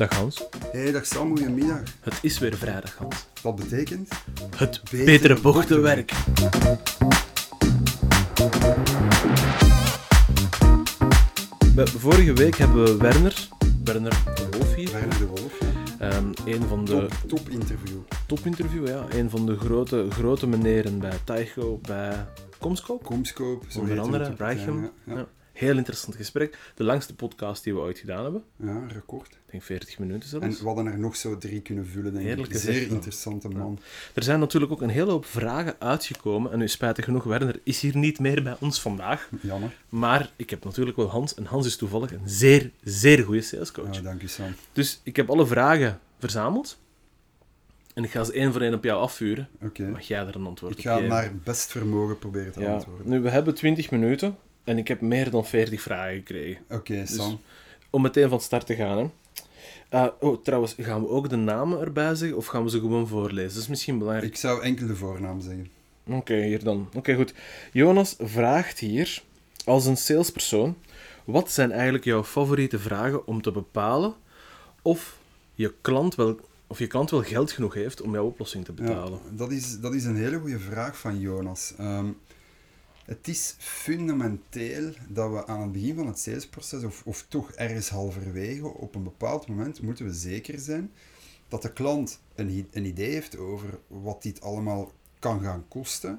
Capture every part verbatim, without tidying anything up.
Dag Hans. Hey, dag Sam, goedemiddag. Het is weer vrijdag, Hans. Wat betekent? Het betere, betere bochtenwerk. Vorige week hebben we Werner, Werner de Wolf hier. Werner de Wolf, ja. Um, een van de... Top, top interview. Top interview, ja. Een van de grote, grote meneren bij Tycho, bij Comscope. Comscope, zo onder andere, Reichem. Ja, ja. Ja. Heel interessant gesprek. De langste podcast die we ooit gedaan hebben. Ja, record. Ik denk veertig minuten zelfs. En we hadden er nog zo drie kunnen vullen, denk Heerlijke ik. Zeer zeg, interessante man. Ja. Er zijn natuurlijk ook een hele hoop vragen uitgekomen. En nu, spijtig genoeg, Werner is hier niet meer bij ons vandaag. Jammer. Maar ik heb natuurlijk wel Hans. En Hans is toevallig een zeer, zeer goede salescoach. Ja, dank u, Sam. Dus ik heb alle vragen verzameld. En ik ga ze één voor één op jou afvuren. Oké. Okay. Mag jij er een antwoord ik op ga geven? naar best vermogen proberen te ja. antwoorden. Nu, we hebben twintig minuten. En ik heb meer dan veertig vragen gekregen. Oké, okay, Sam. Dus, om meteen van start te gaan, hè. Uh, oh, trouwens, gaan we ook de namen erbij zeggen? Of gaan we ze gewoon voorlezen? Dat is misschien belangrijk. Ik zou enkel de voornaam zeggen. Oké, okay, hier dan. Oké, okay, goed. Jonas vraagt hier, als een salespersoon, wat zijn eigenlijk jouw favoriete vragen om te bepalen of je klant wel, of je klant wel geld genoeg heeft om jouw oplossing te betalen? Ja, dat is, dat is een hele goede vraag van Jonas. Um, Het is fundamenteel dat we aan het begin van het salesproces, of, of toch ergens halverwege, op een bepaald moment moeten we zeker zijn dat de klant een, een idee heeft over wat dit allemaal kan gaan kosten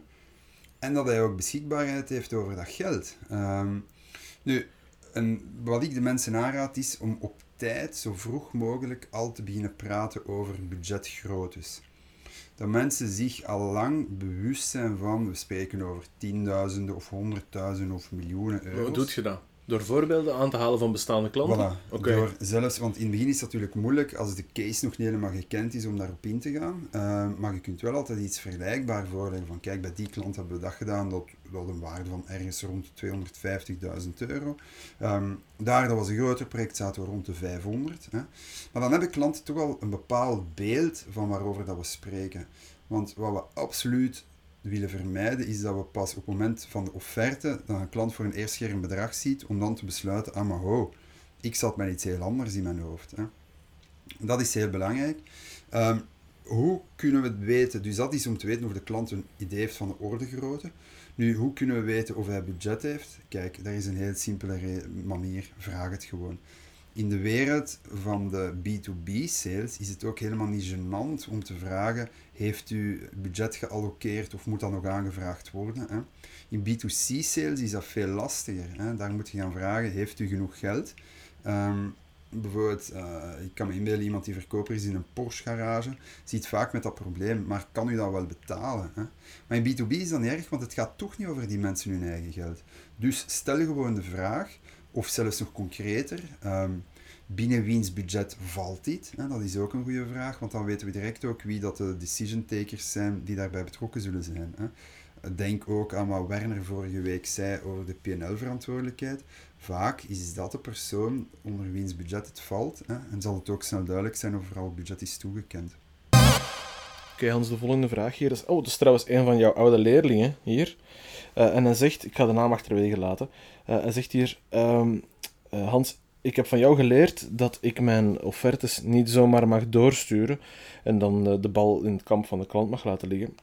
en dat hij ook beschikbaarheid heeft over dat geld. Um, nu, een, wat ik de mensen aanraad is om op tijd, zo vroeg mogelijk, al te beginnen praten over budgetgroottes. Dat mensen zich al lang bewust zijn van, we spreken over tienduizenden of honderdduizenden of miljoenen euro's. Hoe doe je dat? Door voorbeelden aan te halen van bestaande klanten? Voilà. Okay. Door zelfs, want in het begin is het natuurlijk moeilijk als de case nog niet helemaal gekend is om daarop in te gaan. Uh, maar je kunt wel altijd iets vergelijkbaar voorleggen van, kijk, bij die klant hebben we dat gedaan, dat had een waarde van ergens rond tweehonderdvijftigduizend euro. Um, daar, dat was een groter project, zaten we rond de vijfhonderd. Hè. Maar dan hebben klanten toch al een bepaald beeld van waarover dat we spreken. Want wat we absoluut willen vermijden, is dat we pas op het moment van de offerte, dat een klant voor een eerste keer een bedrag ziet, om dan te besluiten, ah maar ho, ik zat met iets heel anders in mijn hoofd. Hè. Dat is heel belangrijk. Um, hoe kunnen we het weten? Dus dat is om te weten of de klant een idee heeft van de ordegrootte. Nu, hoe kunnen we weten of hij budget heeft? Kijk, daar is een heel simpele re- manier. Vraag het gewoon. In de wereld van de B to B sales is het ook helemaal niet gênant om te vragen, heeft u budget gealloceerd of moet dat nog aangevraagd worden? Hè? In B to C sales is dat veel lastiger. Hè? Daar moet je gaan vragen, heeft u genoeg geld? Um, bijvoorbeeld, uh, ik kan me inbeelden, iemand die verkoper is in een Porsche garage, ziet vaak met dat probleem, maar kan u dat wel betalen? Hè? Maar in B to B is dat niet erg, want het gaat toch niet over die mensen hun eigen geld. Dus stel gewoon de vraag, of zelfs nog concreter, um, binnen wiens budget valt dit? Hè? Dat is ook een goede vraag, want dan weten we direct ook wie dat de decision takers zijn die daarbij betrokken zullen zijn. Hè? Denk ook aan wat Werner vorige week zei over de P en L-verantwoordelijkheid. Vaak is dat de persoon onder wiens budget het valt, hè? En zal het ook snel duidelijk zijn of er al budget is toegekend. Oké, okay, Hans, de volgende vraag hier is... Oh, dat is trouwens een van jouw oude leerlingen hier. Uh, en hij zegt... Ik ga de naam achterwege laten. Uh, hij zegt hier... Um, uh, Hans, ik heb van jou geleerd dat ik mijn offertes niet zomaar mag doorsturen en dan uh, de bal in het kamp van de klant mag laten liggen.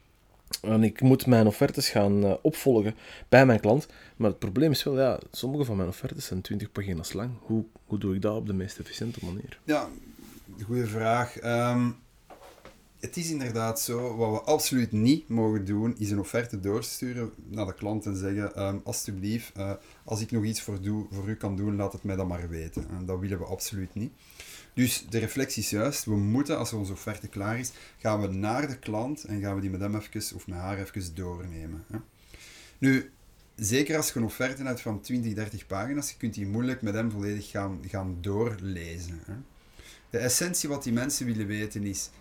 En ik moet mijn offertes gaan uh, opvolgen bij mijn klant. Maar het probleem is wel, ja, sommige van mijn offertes zijn twintig pagina's lang. Hoe, hoe doe ik dat op de meest efficiënte manier? Ja, goede vraag. Um, het is inderdaad zo, wat we absoluut niet mogen doen, is een offerte doorsturen naar de klant en zeggen, um, alsjeblieft, uh, als ik nog iets voor, doe, voor u kan doen, laat het mij dan maar weten. En dat willen we absoluut niet. Dus de reflectie is juist, we moeten, als onze offerte klaar is, gaan we naar de klant en gaan we die met hem even, of met haar even doornemen. Hè. Nu, zeker als je een offerte hebt van twintig, dertig pagina's, je kunt die moeilijk met hem volledig gaan, gaan doorlezen. Hè. De essentie wat die mensen willen weten is,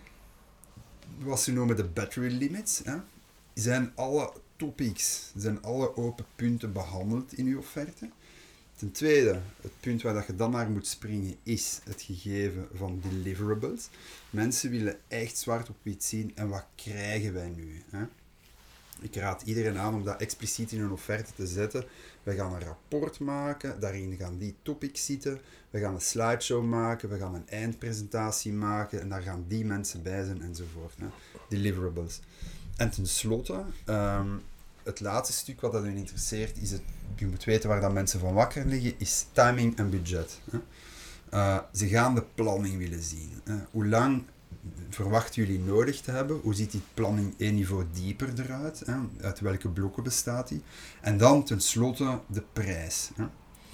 wat ze noemen de battery limits, hè. Zijn alle topics, zijn alle open punten behandeld in uw offerte? Ten tweede, het punt waar je dan naar moet springen is het gegeven van deliverables. Mensen willen echt zwart op wit zien en wat krijgen wij nu? Hè? Ik raad iedereen aan om dat expliciet in een offerte te zetten. We gaan een rapport maken, daarin gaan die topics zitten. We gaan een slideshow maken, we gaan een eindpresentatie maken en daar gaan die mensen bij zijn enzovoort. Hè. Deliverables. En tenslotte, um, het laatste stuk wat dat u interesseert, is het, je moet weten waar dat mensen van wakker liggen, is timing en budget. Hè. Uh, ze gaan de planning willen zien. Hè. Hoe lang verwachten jullie nodig te hebben? Hoe ziet die planning één niveau dieper eruit? Hè? Uit welke blokken bestaat die? En dan tenslotte de prijs. Hè?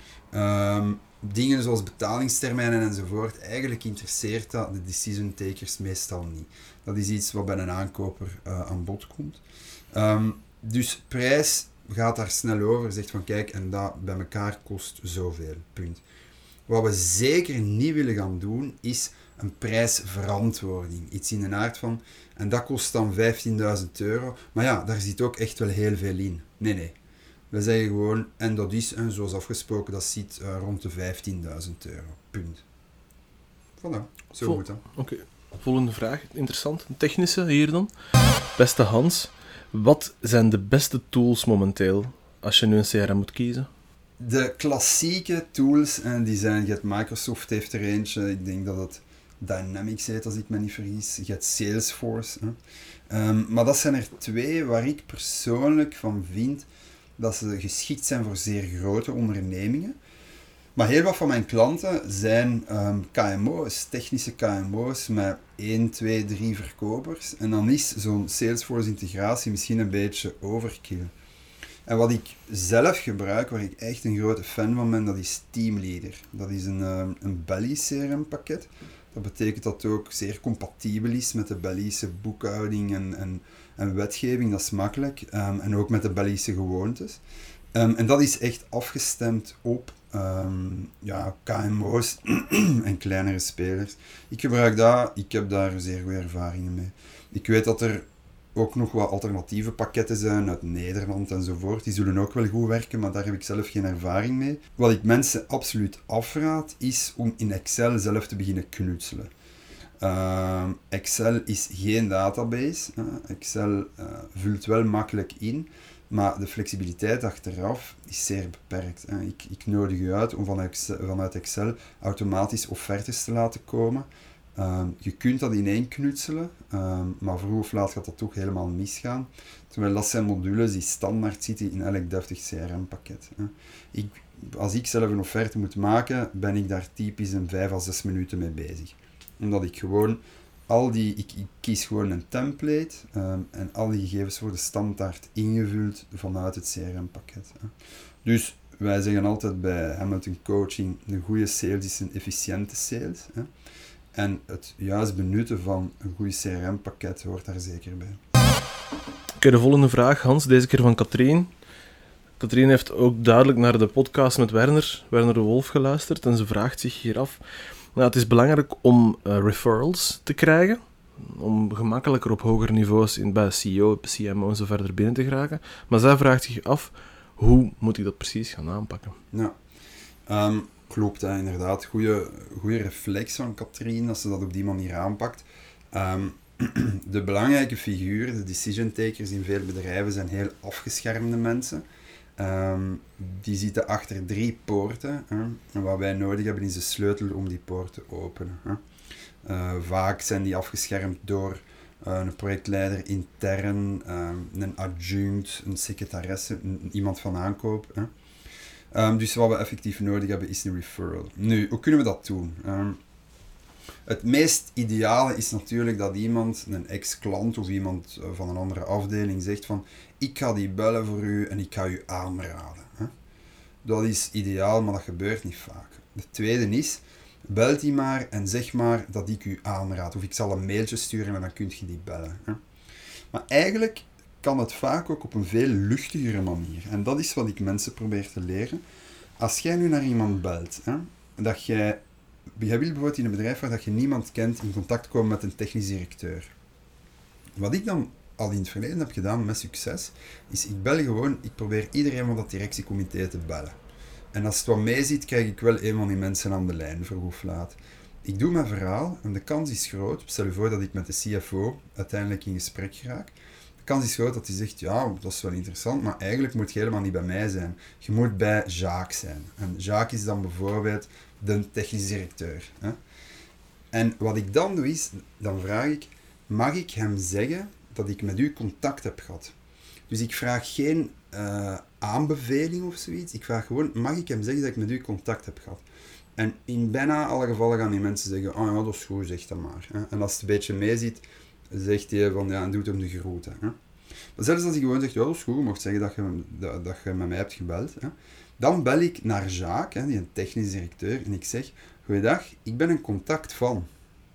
Um, dingen zoals betalingstermijnen enzovoort, eigenlijk interesseert dat de decision takers meestal niet. Dat is iets wat bij een aankoper uh, aan bod komt. Um, dus prijs gaat daar snel over, zegt van kijk, en dat bij elkaar kost zoveel, punt. Wat we zeker niet willen gaan doen, is een prijsverantwoording. Iets in de aard van, en dat kost dan vijftienduizend euro, maar ja, daar zit ook echt wel heel veel in. Nee, nee. We zeggen gewoon, en dat is, en zoals afgesproken, dat zit uh, rond de vijftienduizend euro. Punt. Voilà, zo Vol- moet dat. Oké, okay. Volgende vraag. Interessant. Een technische hier dan. Beste Hans, wat zijn de beste tools momenteel als je nu een C R M moet kiezen? De klassieke tools, en die zijn, je hebt Microsoft heeft er eentje, ik denk dat het Dynamics heet als ik me niet vergis, je hebt Salesforce. Hè. Um, maar dat zijn er twee waar ik persoonlijk van vind dat ze geschikt zijn voor zeer grote ondernemingen. Maar heel wat van mijn klanten zijn um, K M O's, technische K M O's met één, twee, drie verkopers. En dan is zo'n Salesforce integratie misschien een beetje overkill. En wat ik zelf gebruik, waar ik echt een grote fan van ben, dat is Teamleader. Dat is een, um, een Belgische C R M-pakket. Dat betekent dat het ook zeer compatibel is met de Belgische boekhouding en, en, en wetgeving. Dat is makkelijk. Um, en ook met de Belgische gewoontes. Um, en dat is echt afgestemd op um, ja, K M O's en kleinere spelers. Ik gebruik dat. Ik heb daar zeer goede ervaringen mee. Ik weet dat er ook nog wat alternatieve pakketten zijn uit Nederland enzovoort. Die zullen ook wel goed werken, maar daar heb ik zelf geen ervaring mee. Wat ik mensen absoluut afraad, is om in Excel zelf te beginnen knutselen. Uh, Excel is geen database. Uh, Excel uh, vult wel makkelijk in, maar de flexibiliteit achteraf is zeer beperkt. Uh, ik, ik nodig u uit om van Excel, vanuit Excel automatisch offertes te laten komen. Um, je kunt dat ineen knutselen, um, maar vroeg of laat gaat dat toch helemaal misgaan. Terwijl dat zijn modules die standaard zitten in elk deftig C R M-pakket. Hè. Ik, als ik zelf een offerte moet maken, ben ik daar typisch een vijf à zes minuten mee bezig. Omdat ik gewoon al die, ik, ik kies gewoon een template um, en al die gegevens worden standaard ingevuld vanuit het C R M-pakket. Hè. Dus wij zeggen altijd bij Hamilton Coaching, een goede sales is een efficiënte sales. Hè. En het juist benutten van een goed C R M-pakket hoort daar zeker bij. Oké, de volgende vraag, Hans, deze keer van Katrien. Katrien heeft ook duidelijk naar de podcast met Werner, Werner de Wolf, geluisterd en ze vraagt zich hier af. Nou, het is belangrijk om uh, referrals te krijgen, om gemakkelijker op hoger niveaus in, bij C E O, C M O en zo verder binnen te geraken. Maar zij vraagt zich af, hoe moet ik dat precies gaan aanpakken? Ja, um, klopt hè, inderdaad. Goede reflex van Katrien, als ze dat op die manier aanpakt. Um, de belangrijke figuren, de decision takers in veel bedrijven, zijn heel afgeschermde mensen. Um, die zitten achter drie poorten. Hè. En wat wij nodig hebben is de sleutel om die poorten te openen. Hè. Uh, vaak zijn die afgeschermd door uh, een projectleider intern, uh, een adjunct, een secretaresse, een, iemand van aankoop. Hè. Um, dus wat we effectief nodig hebben is een referral. Nu, hoe kunnen we dat doen? Um, het meest ideale is natuurlijk dat iemand, een ex-klant of iemand van een andere afdeling zegt van ik ga die bellen voor u en ik ga u aanraden. Hè? Dat is ideaal, maar dat gebeurt niet vaak. De tweede is, belt die maar en zeg maar dat ik u aanraad. Of ik zal een mailtje sturen en dan kun je die bellen. Hè? Maar eigenlijk kan het vaak ook op een veel luchtigere manier. En dat is wat ik mensen probeer te leren. Als jij nu naar iemand belt, hè, dat jij, jij wil bijvoorbeeld in een bedrijf waar dat je niemand kent in contact komen met een technisch directeur. Wat ik dan al in het verleden heb gedaan met succes, is ik bel gewoon, ik probeer iedereen van dat directiecomité te bellen. En als het wat mee zit, krijg ik wel een van die mensen aan de lijn, vroeg of laat. Ik doe mijn verhaal en de kans is groot, stel je voor dat ik met de C F O uiteindelijk in gesprek raak. De De kans is groot dat hij zegt, ja, dat is wel interessant, maar eigenlijk moet je helemaal niet bij mij zijn. Je moet bij Jacques zijn. En Jacques is dan bijvoorbeeld de technisch directeur. Hè? En wat ik dan doe is, dan vraag ik, mag ik hem zeggen dat ik met u contact heb gehad? Dus ik vraag geen uh, aanbeveling of zoiets. Ik vraag gewoon, mag ik hem zeggen dat ik met u contact heb gehad? En in bijna alle gevallen gaan die mensen zeggen, oh ja, dat is goed, zeg dat maar. Hè? En als het een beetje meeziet, zegt hij van, ja, en doet hem de groeten. Hè? Maar zelfs als hij gewoon zegt, ja, dat is goed, je mag zeggen dat je, dat, dat je met mij hebt gebeld. Hè? Dan bel ik naar Jacques, hè, die een technisch directeur, en ik zeg, goeiedag, ik ben een contact van.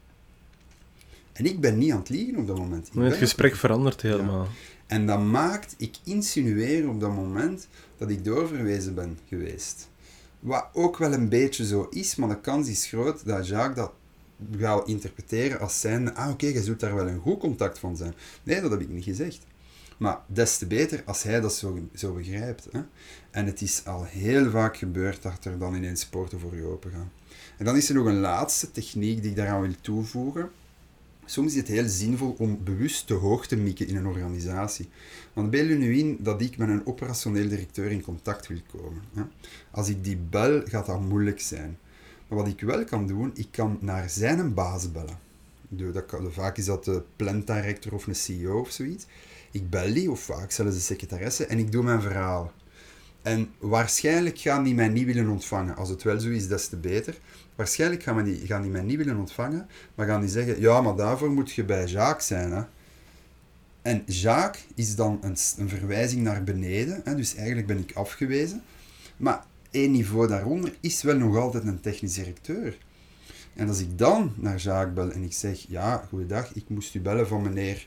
En ik ben niet aan het liegen op dat moment. Ik het gesprek verandert helemaal. Ja. En dat maakt, ik insinueer op dat moment dat ik doorverwezen ben geweest. Wat ook wel een beetje zo is, maar de kans is groot dat Jacques dat gaat interpreteren als zijnde, ah oké, okay, je zult daar wel een goed contact van zijn. Nee, dat heb ik niet gezegd. Maar des te beter als hij dat zo, zo begrijpt. Hè? En het is al heel vaak gebeurd dat er dan ineens poorten voor je open gaan. En dan is er nog een laatste techniek die ik daaraan wil toevoegen. Soms is het heel zinvol om bewust te hoog te mikken in een organisatie. Want beeld je nu in dat ik met een operationeel directeur in contact wil komen. Hè? Als ik die bel, gaat dat moeilijk zijn. Maar wat ik wel kan doen, ik kan naar zijn baas bellen. Dat kan, vaak is dat de plantdirector of een C E O of zoiets. Ik bel die, of vaak zelfs de secretaresse, en ik doe mijn verhaal. En waarschijnlijk gaan die mij niet willen ontvangen. Als het wel zo is, des te beter. Waarschijnlijk gaan die, gaan die mij niet willen ontvangen, maar gaan die zeggen, ja, maar daarvoor moet je bij Jacques zijn. Hè? En Jacques is dan een, een verwijzing naar beneden, hè? Dus eigenlijk ben ik afgewezen. Maar één niveau daaronder is wel nog altijd een technisch directeur. En als ik dan naar Jacques bel en ik zeg, ja, goeiedag, ik moest u bellen van meneer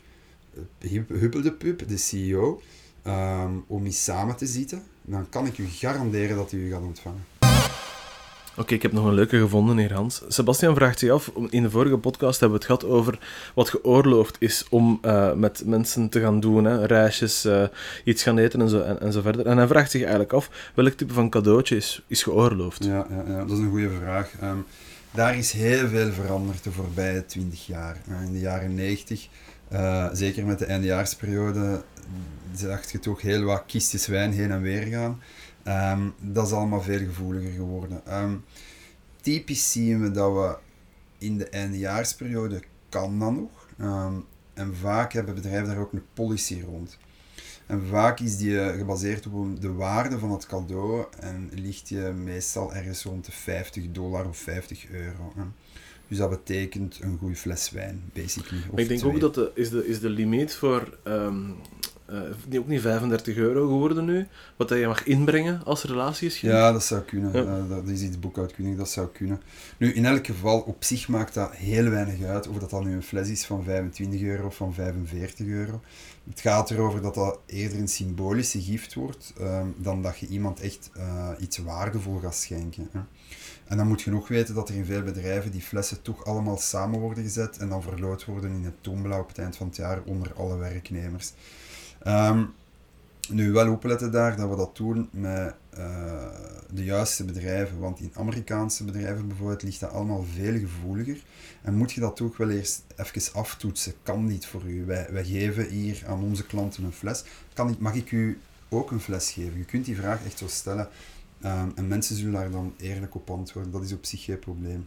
Huppeldepup, de C E O, um, om eens samen te zitten, dan kan ik u garanderen dat hij u gaat ontvangen. Oké, okay, ik heb nog een leuke gevonden hier, Hans. Sebastian vraagt zich af, in de vorige podcast hebben we het gehad over wat geoorloofd is om uh, met mensen te gaan doen, hè? Reisjes, uh, iets gaan eten en zo, en, en zo verder. En hij vraagt zich eigenlijk af, welk type van cadeautje is, is geoorloofd? Ja, ja, ja, dat is een goede vraag. Um, daar is heel veel veranderd de voorbije twintig jaar. Uh, in de jaren negentig, uh, zeker met de eindejaarsperiode, zag je toch heel wat kistjes wijn heen en weer gaan. Um, dat is allemaal veel gevoeliger geworden. Um, typisch zien we dat we in de eindejaarsperiode kan dat nog. Um, en vaak hebben bedrijven daar ook een policy rond. En vaak is die uh, gebaseerd op de waarde van het cadeau en ligt die meestal ergens rond de vijftig dollar of vijftig euro. Hè. Dus dat betekent een goede fles wijn, basically. Maar ik denk twee. ook dat de, is, de, is de limiet voor... Um... Uh, ook niet vijfendertig euro geworden nu, wat je mag inbrengen als relatie-geschenk? Ja, dat zou kunnen. Ja. Uh, dat is iets boekhoudkundig, dat zou kunnen. Nu, in elk geval, op zich maakt dat heel weinig uit of dat dan nu een fles is van vijfentwintig euro of van vijfenveertig euro. Het gaat erover dat dat eerder een symbolische gift wordt, uh, dan dat je iemand echt uh, iets waardevol gaat schenken. Hè. En dan moet je nog weten dat er in veel bedrijven die flessen toch allemaal samen worden gezet en dan verloot worden in het tombola op het eind van het jaar onder alle werknemers. Um, nu wel opletten daar dat we dat doen met uh, de juiste bedrijven, want in Amerikaanse bedrijven bijvoorbeeld ligt dat allemaal veel gevoeliger en moet je dat toch wel eerst even aftoetsen. Kan niet voor u. Wij, wij geven hier aan onze klanten een fles. Kan niet, mag ik u ook een fles geven? Je kunt die vraag echt zo stellen um, en mensen zullen daar dan eerlijk op antwoorden. Dat is op zich geen probleem.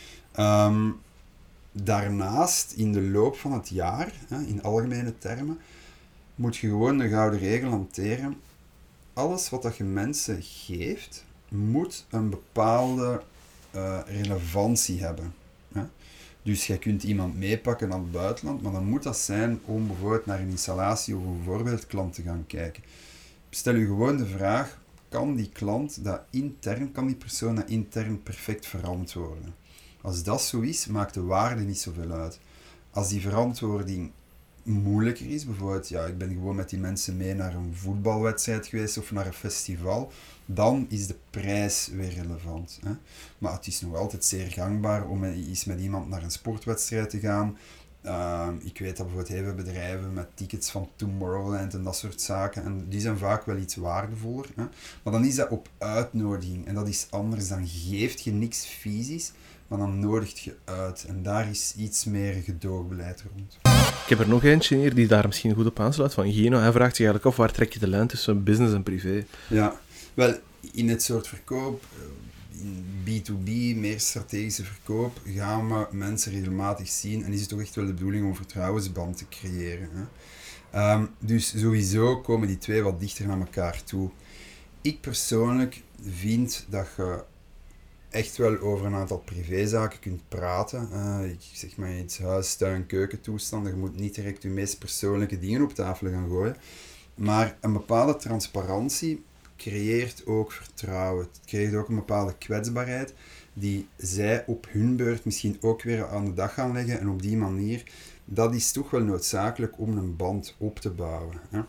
Um, daarnaast, in de loop van het jaar, hè, in algemene termen, moet je gewoon de gouden regel hanteren. Alles wat dat je mensen geeft, moet een bepaalde uh, relevantie hebben. Hè? Dus je kunt iemand meepakken naar het buitenland, maar dan moet dat zijn om bijvoorbeeld naar een installatie of een voorbeeldklant te gaan kijken. Stel je gewoon de vraag, kan die klant dat intern, kan die persoon dat intern perfect verantwoorden? Als dat zo is, maakt de waarde niet zoveel uit. Als die verantwoording moeilijker is, bijvoorbeeld, ja, ik ben gewoon met die mensen mee naar een voetbalwedstrijd geweest of naar een festival, dan is de prijs weer relevant. Hè? Maar het is nog altijd zeer gangbaar om eens met iemand naar een sportwedstrijd te gaan. Uh, ik weet dat bijvoorbeeld heel veel bedrijven met tickets van Tomorrowland en dat soort zaken, en die zijn vaak wel iets waardevoller. Hè? Maar dan is dat op uitnodiging en dat is anders. Dan geeft je niks fysisch, maar dan nodigt je uit. En daar is iets meer gedoogbeleid rond. Ik heb er nog eentje hier die daar misschien goed op aansluit, van Gino. Hij vraagt zich eigenlijk af, waar trek je de lijn tussen business en privé? Ja, wel, in het soort verkoop, in B twee B, meer strategische verkoop, gaan we mensen regelmatig zien en is het toch echt wel de bedoeling om een vertrouwensband te creëren. Hè? Um, dus sowieso komen die twee wat dichter naar elkaar toe. Ik persoonlijk vind dat je echt wel over een aantal privézaken kunt praten. Uh, ik zeg maar iets huis, tuin, keukentoestanden. Je moet niet direct je meest persoonlijke dingen op tafel gaan gooien. Maar een bepaalde transparantie creëert ook vertrouwen. Het creëert ook een bepaalde kwetsbaarheid die zij op hun beurt misschien ook weer aan de dag gaan leggen. En op die manier, dat is toch wel noodzakelijk om een band op te bouwen. Hè.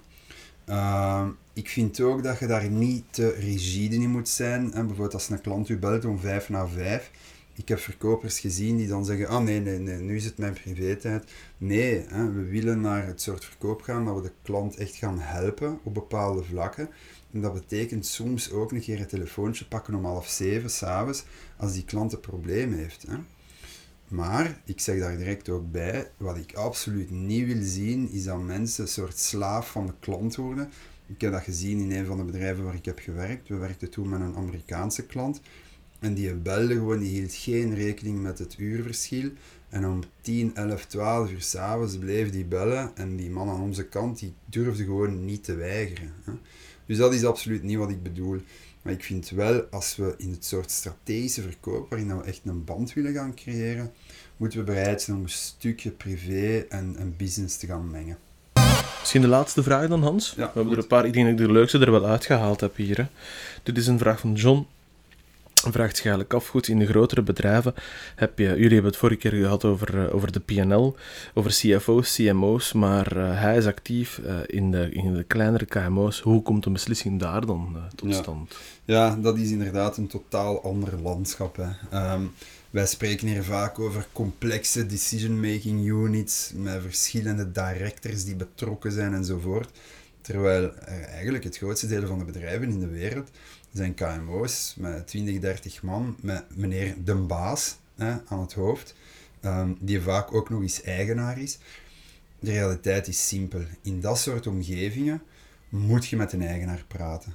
Uh, ik vind ook dat je daar niet te rigide in moet zijn. Hè. Bijvoorbeeld als een klant u belt om vijf na vijf. Ik heb verkopers gezien die dan zeggen, ah nee, nee, nee, nu is het mijn privé-tijd. Nee, hè, we willen naar het soort verkoop gaan dat we de klant echt gaan helpen op bepaalde vlakken. En dat betekent soms ook een keer een telefoontje pakken om half zeven 's avonds als die klant een probleem heeft. Hè. Maar, ik zeg daar direct ook bij, wat ik absoluut niet wil zien, is dat mensen een soort slaaf van de klant worden. Ik heb dat gezien in een van de bedrijven waar ik heb gewerkt. We werkten toen met een Amerikaanse klant. En die belde gewoon, die hield geen rekening met het uurverschil. En om tien, elf, twaalf uur 's avonds bleef die bellen. En die man aan onze kant, die durfde gewoon niet te weigeren. Hè. Dus dat is absoluut niet wat ik bedoel. Maar ik vind wel, als we in het soort strategische verkoop, waarin we echt een band willen gaan creëren, moeten we bereid zijn om een stukje privé en, en business te gaan mengen. Misschien de laatste vraag dan, Hans. Ja, we hebben goed. er een paar, ik denk dat ik de leukste er wel uitgehaald heb hier. Hè. Dit is een vraag van John. Hij vraagt zich eigenlijk af, goed, in de grotere bedrijven heb je, jullie hebben het vorige keer gehad over, uh, over de P en L, over C F O's, C M O's, maar uh, hij is actief uh, in, de, in de kleinere K M O's. Hoe komt een beslissing daar dan uh, tot Ja. stand? Ja, dat is inderdaad een totaal ander landschap. Hè. Um, wij spreken hier vaak over complexe decision-making units met verschillende directors die betrokken zijn enzovoort. Terwijl er eigenlijk het grootste deel van de bedrijven in de wereld zijn K M O's met twintig, dertig man, met meneer de baas hè, aan het hoofd, um, die vaak ook nog eens eigenaar is. De realiteit is simpel. In dat soort omgevingen moet je met een eigenaar praten.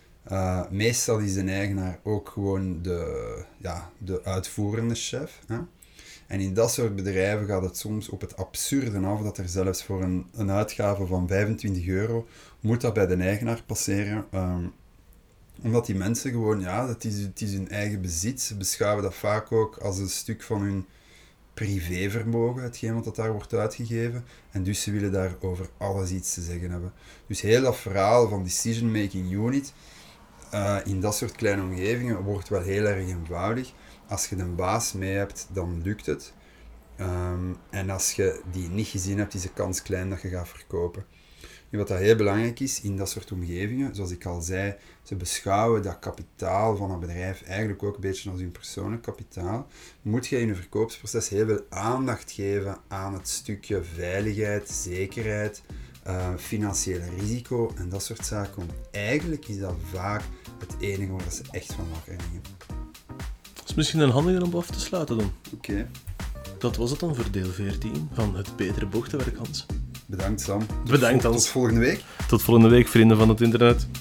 Uh, meestal is een eigenaar ook gewoon de, ja, de uitvoerende chef. Hè? En in dat soort bedrijven gaat het soms op het absurde af dat er zelfs voor een, een uitgave van vijfentwintig euro moet dat bij de eigenaar passeren. Um, omdat die mensen gewoon, ja, het is, het is hun eigen bezit. Ze beschouwen dat vaak ook als een stuk van hun privévermogen, hetgeen wat dat daar wordt uitgegeven. En dus ze willen daar over alles iets te zeggen hebben. Dus heel dat verhaal van Decision Making Unit uh, in dat soort kleine omgevingen wordt wel heel erg eenvoudig. Als je de baas mee hebt, dan lukt het. Um, en als je die niet gezien hebt, is de kans klein dat je gaat verkopen. Nu, wat dat heel belangrijk is in dat soort omgevingen, zoals ik al zei, ze beschouwen dat kapitaal van een bedrijf eigenlijk ook een beetje als hun persoonlijk kapitaal. Moet je in je verkoopsproces heel veel aandacht geven aan het stukje veiligheid, zekerheid, uh, financiële risico en dat soort zaken. Want eigenlijk is dat vaak het enige waar ze echt van wakker liggen. Dat is misschien een handige om af te sluiten dan. Oké. Okay. Dat was het dan voor deel veertien van Het Betere Boogtewerk, Hans. Bedankt, Sam. Bedankt, Hans. Tot volgende week. Tot volgende week, vrienden van het internet.